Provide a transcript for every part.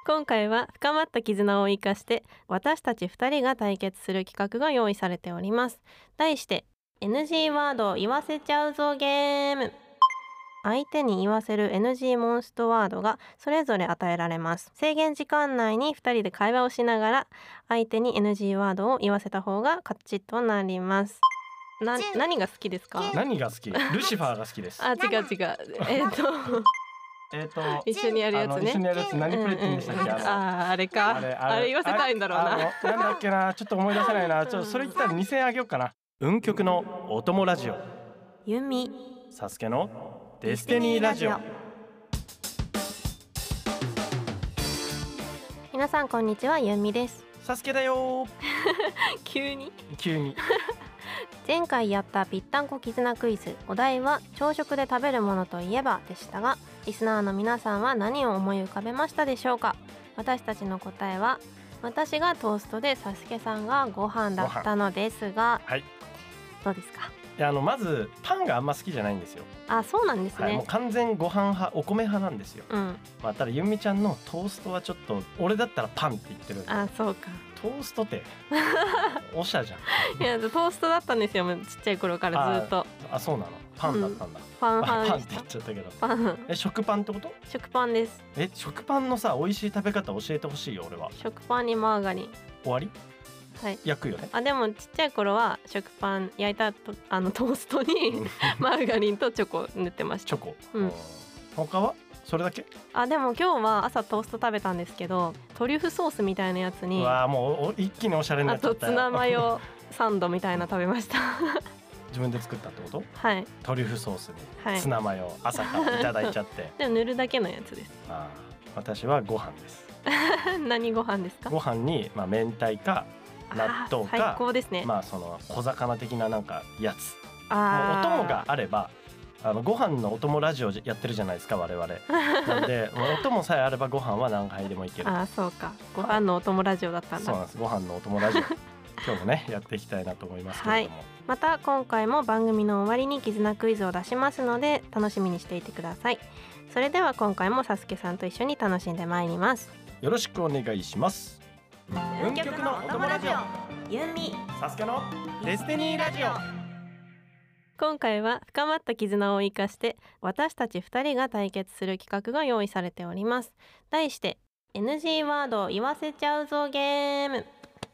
今回は深まった絆を生かして私たち2人が対決する企画が用意されております。題して NG ワードを言わせちゃうぞゲーム。相手に言わせる NG モンストワードがそれぞれ与えられます。制限時間内に2人で会話をしながら相手に NG ワードを言わせた方が勝ちとなります。何が好きですか？ 何が好き？ルシファーが好きです。 違う一緒にやるやつね。 一緒にやるやつ何プレティンでしたっけ？ あれか。あれ言わせたいんだろうな。 なんだっけな、ちょっと思い出せないな。それ言ったら2000円あげようかな。運極のお供ラジオ。 ユミ。 サスケのデスティニーラジオ。 皆さんこんにちは、ユミです。 サスケだよ。 急に。前回やったぴったんこ絆クイズ、お題は朝食で食べるものといえばでしたが、リスナーの皆さんは何を思い浮かべましたでしょうか？私たちの答えは、私がトーストでサスケさんがご飯だったのですが、 はい、 どうですか？ まずパンがあんま好きじゃないんですよ。 そうなんですね。 もう完全ご飯派、お米派なんですよ。ただゆみちゃんのトーストはちょっと、俺だったらパンって言ってるんで。 そうか。 トーストっておしゃじゃん。 いや、トーストだったんですよ、ちっちゃい頃からずっと。 そうなの。パンだったんだ。 パンって言っちゃったけど。食パンってこと？食パンです。食パンのさ、美味しい食べ方教えてほしいよ、俺は。 食パンにマーガリン。 終わり？ はい、 焼くよね。 でもちっちゃい頃は食パン焼いたトーストにマーガリンとチョコ塗ってました。 チョコ。他はそれだけ？ でも今日は朝トースト食べたんですけど、トリュフソースみたいなやつに、 もう一気におしゃれになっちゃった。 ツナマヨサンドみたいな食べました。 自分で作ったってこと？はい。トリュフソースにツナマヨ朝からいただいちゃって。 でも塗るだけのやつです。 私はご飯です。 何ご飯ですか？ ご飯に明太か納豆か、 最高ですね。 その小魚的ななんかやつ。お供があれば、ご飯のお供ラジオやってるじゃないですか、我々。なのでお供さえあればご飯は何杯でもいける。 そうか。ご飯のお供ラジオだったんだ。 そうなんです。ご飯のお供ラジオ。今日もねやっていきたいなと思いますけれども。 また今回も番組の終わりに絆クイズを出しますので楽しみにしていてください。それでは今回もサスケさんと一緒に楽しんでまいります。 よろしくお願いします。 運極のお供ラジオ、ユンミサスケのデスティニーラジオ。 今回は深まった絆を生かして私たち2人が対決する企画が用意されております。題して NG ワードを言わせちゃうぞゲーム。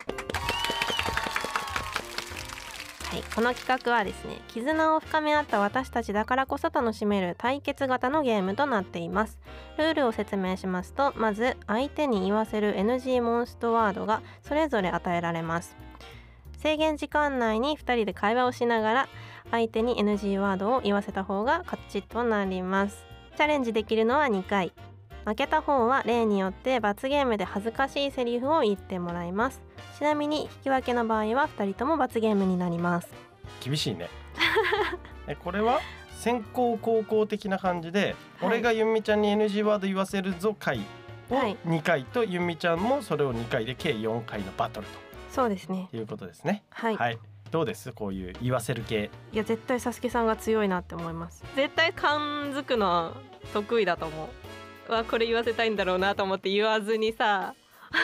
この企画はですね、絆を深め合った私たちだからこそ楽しめる対決型のゲームとなっています。ルールを説明しますと、まず相手に言わせる NG モンストワードがそれぞれ与えられます。制限時間内に2人で会話をしながら相手に NG ワードを言わせた方が勝ちとなります。チャレンジできるのは2回。負けた方は例によって罰ゲームで恥ずかしいセリフを言ってもらいます。ちなみに引き分けの場合は2人とも罰ゲームになります。 厳しいね。これは先攻後攻的な感じで、俺がゆみちゃんに NG ワード言わせるぞ回を2回と、ゆみちゃんもそれを2回で計4回のバトルと。 そうですね。 いうことですね。はい。どうです？こういう言わせる系。 いや、絶対サスケさんが強いなって思います。絶対感づくの得意だと思う。これ言わせたいんだろうなと思って言わずにさ。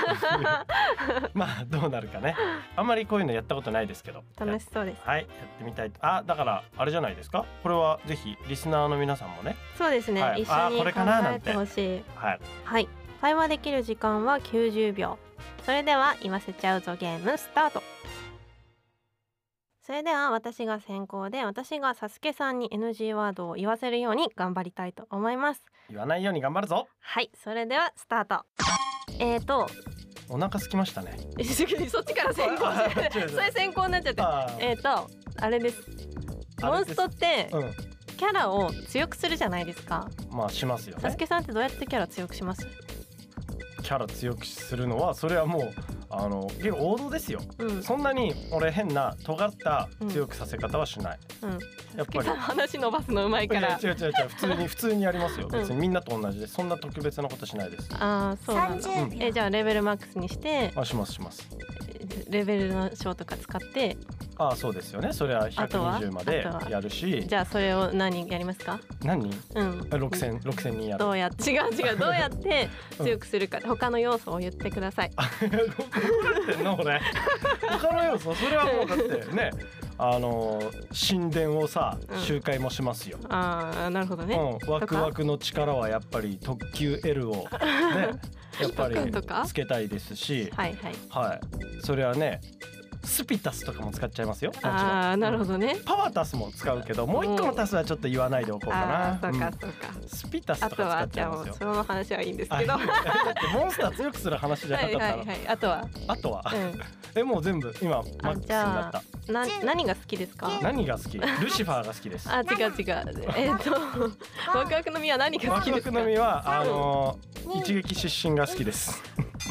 どうなるかね。あんまりこういうのやったことないですけど、 楽しそうです。 やってみたいと。だからあれじゃないですか、これはぜひリスナーの皆さんもね。 そうですね、一緒に考えてほしい。会話できる時間は90秒。それでは言わせちゃうぞゲームスタート。それでは私が先行で、私がサスケさんに NG ワードを言わせるように頑張りたいと思います。 言わないように頑張るぞ。 それではスタート。 お腹空きましたね。 そっちから先行してそれ先行になっちゃって。あれです。モンストって、キャラを強くするじゃないですか。 しますよね。 サスケさんってどうやってキャラ強くします？ キャラ強くするのは、それはもう結構王道ですよ。そんなに俺変な尖った強くさせ方はしない。 やっぱり話伸ばすのうまいから。 違う普通にやりますよ。別にみんなと同じで、そんな特別なことしないです。 そうなんだ。じゃあレベルマックスにして。 します。 レベルの章とか使って。 ああそうですよね。それは120までやるし。 じゃあそれを何やりますか？ 何人？6000人やる。 どうやって違うどうやって強くするか、他の要素を言ってください。 怒られてんの俺。他の要素、それはもうだってね、神殿をさ周回もしますよ。 ああなるほどね。 ワクワクの力はやっぱり特急 L をねやっぱりつけたいですし、はい。それはね。スピタスとかも使っちゃいますよ。 ああなるほどね。 パワータスも使うけど、もう一個のタスはちょっと言わないでおこうかな。 そうか。 スピタスとか使っちゃいますよ。 その話はいいんですけど。だってモンスター強くする話じゃなかったの。 あとは。 もう全部今マックスになった。 何が好きですか？ 何が好き？ルシファーが好きです。 違う。ワクワクの実は何が好きですか？ワクワクの実は一撃出身が好きです。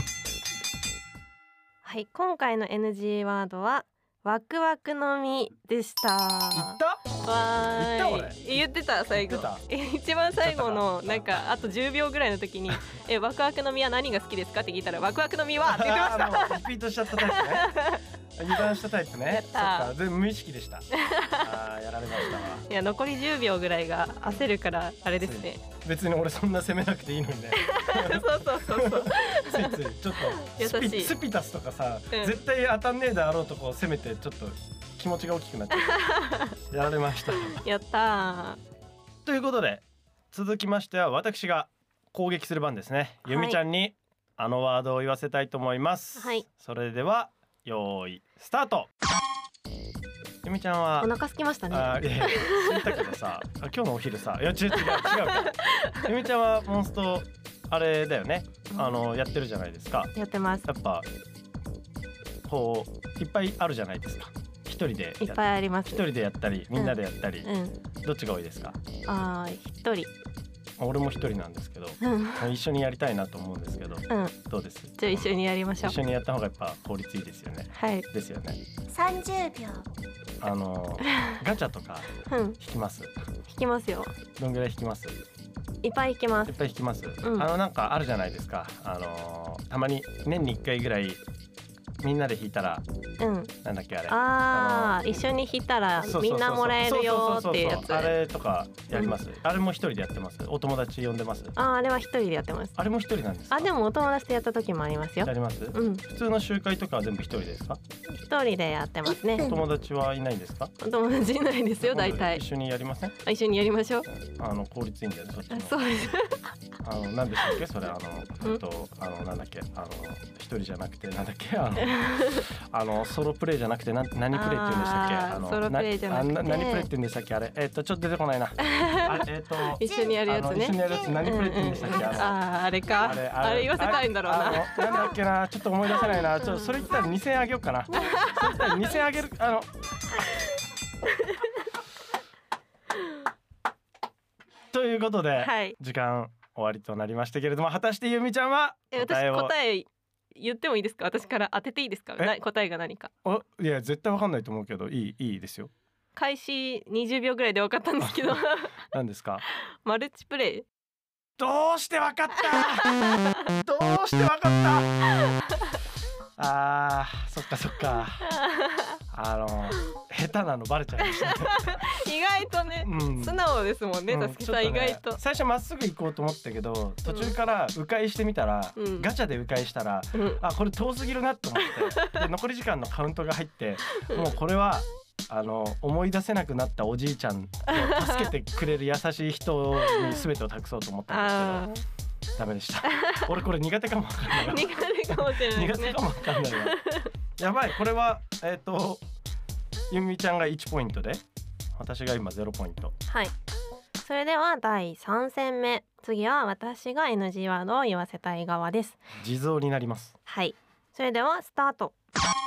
はい、今回の NG ワードはワクワクの実でした。 言った言ってた最後。一番最後のなんかあと10秒ぐらいの時にワクワクの実は何が好きですかって聞いたらワクワクの実はって言ってました。 リピートしちゃったタイプね。油断したタイプね。 やった。 そっか、全部無意識でした。やられましたわ。 いや残り10秒ぐらいが焦るからあれですね。 別に俺そんな攻めなくていいのにね。 そう。 ついちょっとスピタスとかさ、絶対当たんねえであろうとこう攻めてちょっと気持ちが大きくなっちゃう。やられました。 やったー。 ということで続きましては私が攻撃する番ですね。ゆみちゃんにあのワードを言わせたいと思います。それでは用意スタート。ゆみちゃんはお腹空きましたね。 空いたけどさ、今日のお昼さ、いや違うからゆみちゃんはモンストあれだよね、やってるじゃないですか。 やってます。 やっぱこういっぱいあるじゃないですか。一人でいっぱいあります。 一人でやったりみんなでやったり、どっちが多いですか？ 一人。 俺も一人なんですけど、一緒にやりたいなと思うんですけど、どうです？ じゃあ一緒にやりましょう。 一緒にやった方がやっぱ効率いいですよね。ですよね。 30秒。 ガチャとか引きます？ 引きますよ。 どんぐらい引きます？ いっぱい引きます。 いっぱい引きます。なんかあるじゃないですか。たまに年に1回ぐらいみんなで引いたら、なんだっけあれ。 一緒に引いたらみんなもらえるよっていうやつ。 あれとかやります。あれも一人でやってます。お友達呼んでます。 あれは一人でやってます。 あれも一人なんですか？ でもお友達とやった時もありますよ。 やります？普通の集会とかは全部一人ですか？一人でやってますね。 お友達はいないんですか？ お友達いないですよ大体。 一緒にやりません？ 一緒にやりましょう。 効率いいんだよねそっちの。 そうです。 なんでしたっけそれなんだっけ一人じゃなくてなんだっけソロプレイじゃなくて何プレイって言うんでしたっけ？ ソロプレイじゃなくて何プレイって言うんでしたっけあれ？ちょっと出てこないな。 一緒にやるやつね。 一緒にやるやつ何プレイって言うんでしたっけ？ あれか。あれ言わせたいんだろうな。 なんだっけな、ちょっと思い出せないな。それ言ったら2000円あげようかな。それ言ったら2000円あげるということで、時間終わりとなりましたけれども、果たしてゆみちゃんは答え言ってもいいですか？私から当てていいですか？答えが何か。 いや絶対わかんないと思うけどいいですよ。 開始20秒ぐらいで分かったんですけど。 何ですか？ マルチプレイ。 どうしてわかった？どうしてわかった？そっか。下手なのバレちゃいましたね。 意外とね、素直ですもんね、たすきさん意外と。 最初まっすぐ行こうと思ったけど、途中から迂回してみたら、ガチャで迂回したら、これ遠すぎるなと思って、で残り時間のカウントが入って、もうこれは思い出せなくなったおじいちゃんを助けてくれる優しい人に全てを託そうと思ったんですけど。ダメでした。俺これ苦手かもわかんないわ。 苦手かもしれないですね。 苦手かもわかんないわ。やばい、これはゆみちゃんが1ポイントで私が今0ポイント。 それでは第3戦目、次は私が NG ワードを言わせたい側です。 地蔵になります。 それではスタート。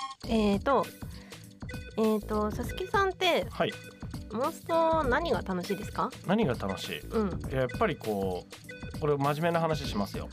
さすきさんって、モンスト何が楽しいですか？ 何が楽しい？やっぱりこれ真面目な話しますよ。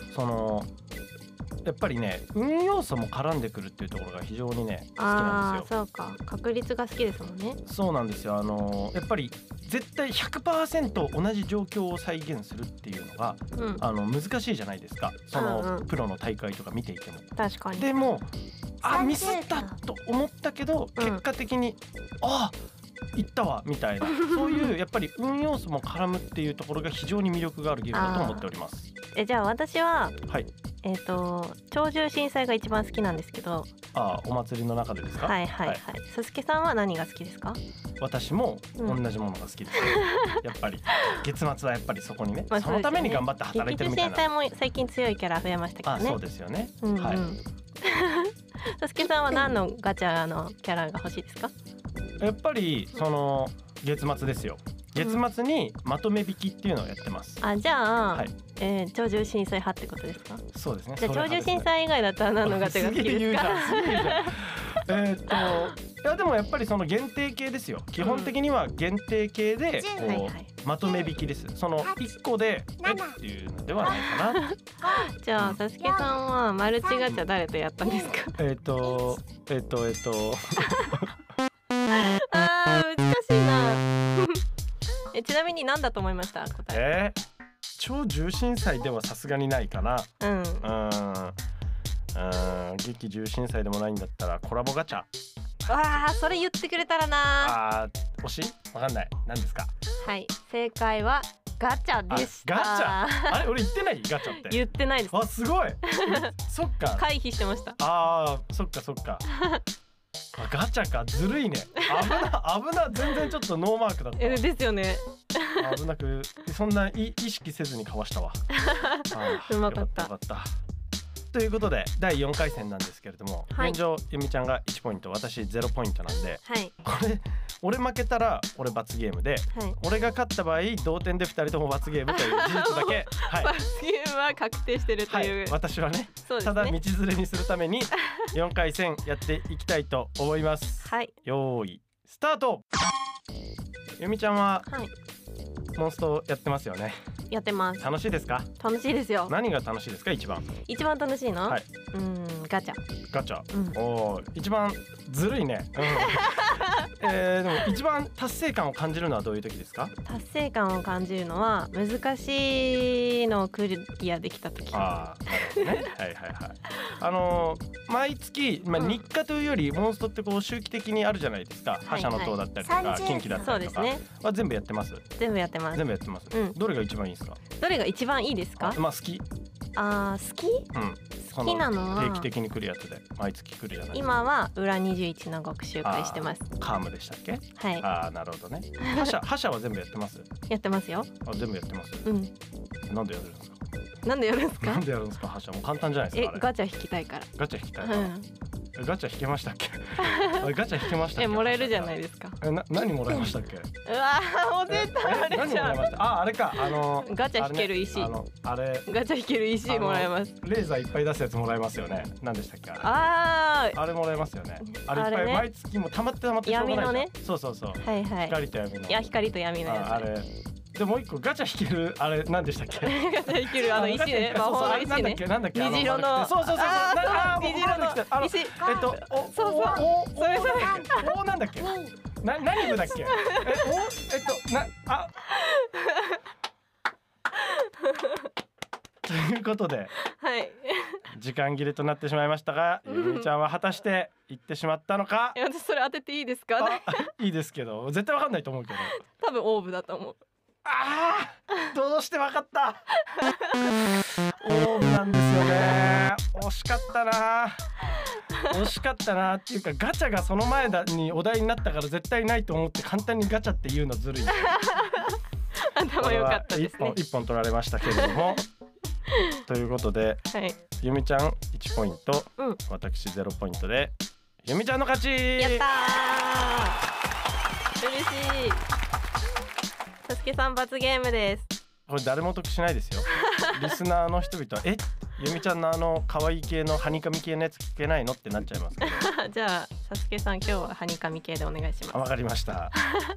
やっぱりね、運要素も絡んでくるっていうところが非常にね好きなんですよ。 そうか、確率が好きですもんね。 そうなんですよ。やっぱり絶対 100% 同じ状況を再現するっていうのが、難しいじゃないですか。プロの大会とか見ていても。 確かに。 でもミスったと思ったけど、結果的にいったわみたいなそういうやっぱり運要素も絡むっていうところが非常に魅力があるゲームだと思っております。 じゃあ私は、 はい、 鳥獣震災が一番好きなんですけど。 お祭りの中でですか？ はいはいはい。サスケさんは何が好きですか？ 私も同じものが好きです、やっぱり月末はやっぱりそこにね、そのために頑張って働いてるみたいな。 劇中震災も最近強いキャラ増えましたけどね。 そうですよね。 はい。サスケさんは何のガチャのキャラが欲しいですか？ やっぱりその月末ですよ。月末にまとめ引きっていうのをやってます。 じゃあ、鳥獣震災派ってことですか？ そうですね。 じゃあ鳥獣震災以外だったら何のガチャが好きですか？ いやでもやっぱりその限定系ですよ。基本的には限定系でまとめ引きです。その1個でっていうのではないかな。 じゃあサスケさんはマルチガチャ誰とやったんですか？難しいな。ちなみに何だと思いました？答え。 超重心祭ではさすがにないかな。激重心祭でもないんだったらコラボガチャ。 それ言ってくれたらな。 惜しい？わかんない。何ですか？ はい、正解はガチャでした。 ガチャ？あれ俺言ってない？ガチャって言ってないです。 すごいそっか、 回避してました。 そっかそっかガチャか、ずるいね。危な全然ちょっとノーマークだった。 ですよね。 危なくそんな意識せずにかわしたわ。 うまかった。 ということで第4回戦なんですけれども、現状ゆみちゃんが1ポイント、私0ポイントなんで、これ俺負けたら俺罰ゲームで、俺が勝った場合同点で2人とも罰ゲームという事実だけ、 罰ゲームは確定してるという、 私はね、ただ道連れにするために4回戦やっていきたいと思います。よーいスタート。ゆみちゃんはモンストやってますよね？ やってます。 楽しいですか？ 楽しいですよ。 何が楽しいですか？一番楽しいの？ガチャ。 ガチャ。一番ずるいね。でも一番達成感を感じるのはどういう時ですか？ 達成感を感じるのは難しいのをクリアできた時。 なるほどね。毎月、日課というよりモンストってこう周期的にあるじゃないですか。覇者の塔だったりとか近畿だったりとかは全部やってます？全部やってます。どれが一番いいですか？ どれが一番いいですか？ 好き。 好き？好きなのは定期的に来るやつで毎月来るじゃないですか。 今は裏21の極周回してます。 カームでしたっけ？なるほどね。覇者は全部やってます？ やってますよ。 全部やってます。なんでやるんですか？ なんでやるんですか？ 覇者も簡単じゃないですか。 ガチャ引きたいから。 ガチャ引きたいから。ガチャ引けましたっけ？ガチャ引けましたっけ？ もらえるじゃないですか。 何もらいましたっけ？ もう絶対あれじゃん。 あれか、 ガチャ引ける石。ガチャ引ける石もらえます。 レーザーいっぱい出すやつもらえますよね。何でしたっけ？あれもらえますよね。あれいっぱい毎月も溜まってしょうがない。闇のね。そう。光と闇の。 光と闇のやつ。 あれ。でもう一個ガチャ引けるあれ何でしたっけ？ ガチャ引ける石ね。魔法の石ね。 なんだっけ？ 虹色の。 そう。 虹色の石。 おなんだっけ？何部だっけ？ということで、時間切れとなってしまいましたが、ゆみちゃんは果たして言ってしまったのか？ 私それ当てていいですか？ いいですけど、絶対わかんないと思うけど。 多分オーブだと思う。 どうしてわかった？オーブなんですよね。惜しかったなっていうか、ガチャがその前にお題になったから絶対ないと思って簡単にガチャって言うのずるい。 頭良かったですね。 一本取られましたけれども。ということで、ゆみちゃん1ポイント、私0ポイントでゆみちゃんの勝ち。 やったー、嬉しい。さすけさん罰ゲームです。 これ誰も得しないですよ。リスナーの人々はゆみちゃんの可愛い系のハニカミ系のやつ聞けないのってなっちゃいますけど。 じゃあさすけさん今日はハニカミ系でお願いします。 わかりました。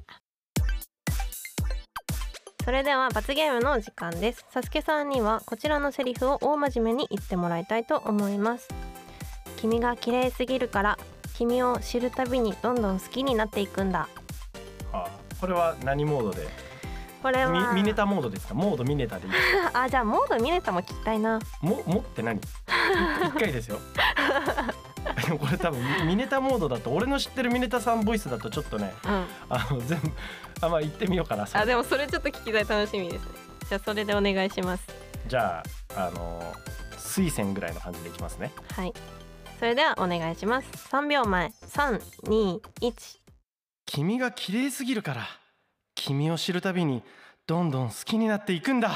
それでは罰ゲームの時間です。さすけさんにはこちらのセリフを大真面目に言ってもらいたいと思います。君が綺麗すぎるから君を知るたびにどんどん好きになっていくんだ。 これは何モードで？これはミネタモードですか？モードミネタでいいですか？ じゃあモードミネタも聞きたいな。 もって何？1回ですよ。 でもこれ多分ミネタモードだと俺の知ってるミネタさんボイスだとちょっとね、全部まあ言ってみようかな。 でもそれちょっと聞きたい、楽しみですね。じゃあそれでお願いします。 じゃあ推薦ぐらいの感じでいきますね。 はい、それではお願いします。3秒前、3、2、1。 君が綺麗すぎるから君を知るたびにどんどん好きになっていくんだ。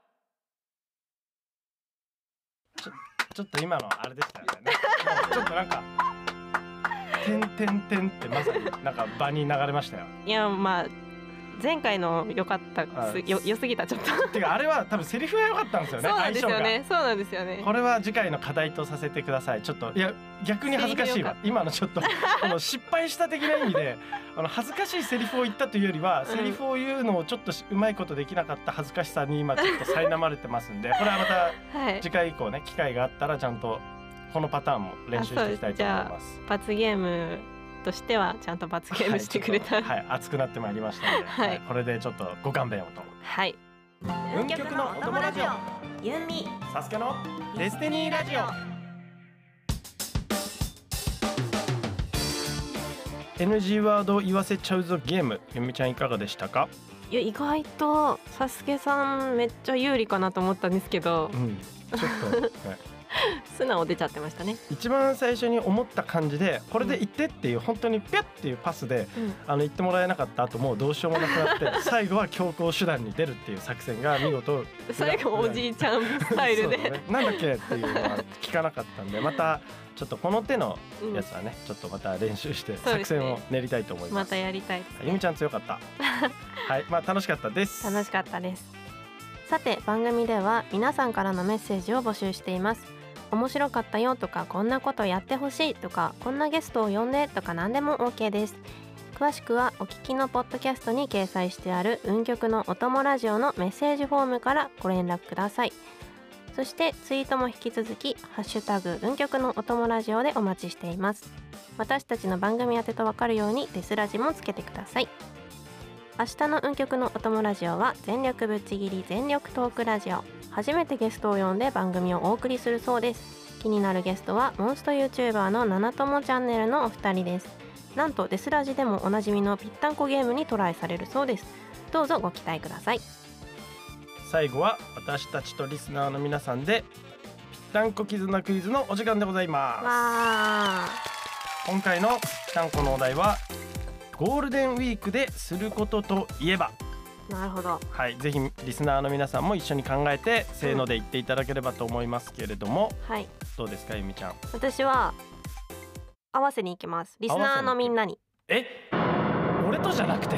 ちょっと今のあれでしたよね。ちょっとなんかてんてんてんってまさになんか場に流れましたよ。 いやまあ前回の良かった良すぎたちょっと。 てかあれは多分セリフが良かったんですよね。 そうなんですよね。そうなんですよね。 これは次回の課題とさせてください。ちょっといや逆に恥ずかしいわ。今のちょっとこの失敗した的な意味で恥ずかしいセリフを言ったというよりは、セリフを言うのをちょっとうまいことできなかった恥ずかしさに今ちょっと苛まれてますんで、これはまた次回以降ね機会があったらちゃんとこのパターンも練習していきたいと思います。 罰ゲームとしてはちゃんと罰ゲームしてくれた、 熱くなってまいりましたので、これでちょっとご勘弁をと。 はい。 運極のお供ラジオ、 ユンミサスケのデスティニーラジオ。NG ワード言わせちゃうぞゲーム、ゆみちゃんいかがでしたか？ いや意外とサスケさんめっちゃ有利かなと思ったんですけど、 ちょっと、 素直出ちゃってましたね。 一番最初に思った感じでこれで言ってっていう本当にピュッっていうパスで、言ってもらえなかった後もうどうしようもなくなって最後は強行手段に出るっていう作戦が見事最後おじいちゃんスタイルでなんだっけっていうのは聞かなかったんで、またちょっとこの手のやつはね、ちょっとまた練習して作戦を練りたいと思います。 またやりたいですね。 ゆみちゃん強かったはい、楽しかったです。 楽しかったです。さて番組では皆さんからのメッセージを募集しています。面白かったよとか、こんなことやってほしいとか、こんなゲストを呼んでとか何でも OK です。詳しくはお聞きのポッドキャストに掲載してある運極のお供ラジオのメッセージフォームからご連絡ください。そしてツイートも引き続きハッシュタグ運極のお供ラジオでお待ちしています。私たちの番組宛てと分かるようにデスラジもつけてください。明日の運極のお供ラジオは全力ぶっちぎり全力トークラジオ。初めてゲストを呼んで番組をお送りするそうです。気になるゲストはモンスト YouTuber の七友チャンネルのお二人です。なんとデスラジでもおなじみのぴったんこゲームにトライされるそうです。どうぞご期待ください。 最後は私たちとリスナーの皆さんでぴったんこ絆クイズのお時間でございます。今回のぴったんこのお題はゴールデンウィークですることといえば。 なるほど。 はい、ぜひリスナーの皆さんも一緒に考えてせーので言っていただければと思いますけれども、どうですかゆみちゃん。 私は合わせに行きます。リスナーのみんなに。 俺とじゃなくて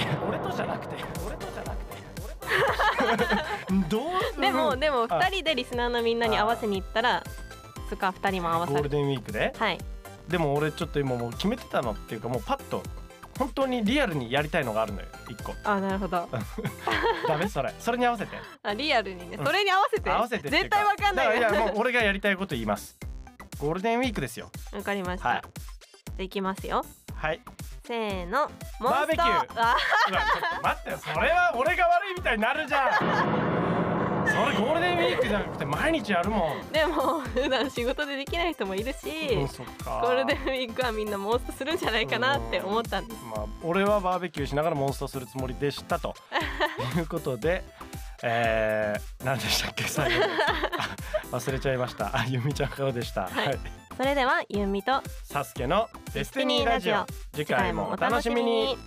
どうでも2人でリスナーのみんなに合わせに行ったらつか2人も合わせる。 ゴールデンウィークで。 はい。 でも俺ちょっと今もう決めてたのっていうか、もうパッと本当にリアルにやりたいのがあるのよ1個。 なるほどダメそれに合わせて。 リアルにね、それに合わせて絶対わかんない。 いやもう俺がやりたいこと言います。ゴールデンウィークですよ。 わかりました、でいきますよ。 はい、 せーの。 バーベキュー。ちょっと待ってよ、それは俺が悪いみたいになるじゃんそれゴールデンウィークじゃなくて毎日やるもん。 でも普段仕事でできない人もいるし、 そっか、 ゴールデンウィークはみんなモンストするんじゃないかなって思ったんです。 俺はバーベキューしながらモンストするつもりでしたということで何でしたっけ最後忘れちゃいました。ゆみちゃんからでした。 それではゆみとサスケのデスティニーラジオ、次回もお楽しみに。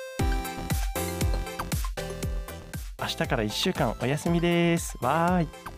明日から1週間お休みです。わーい。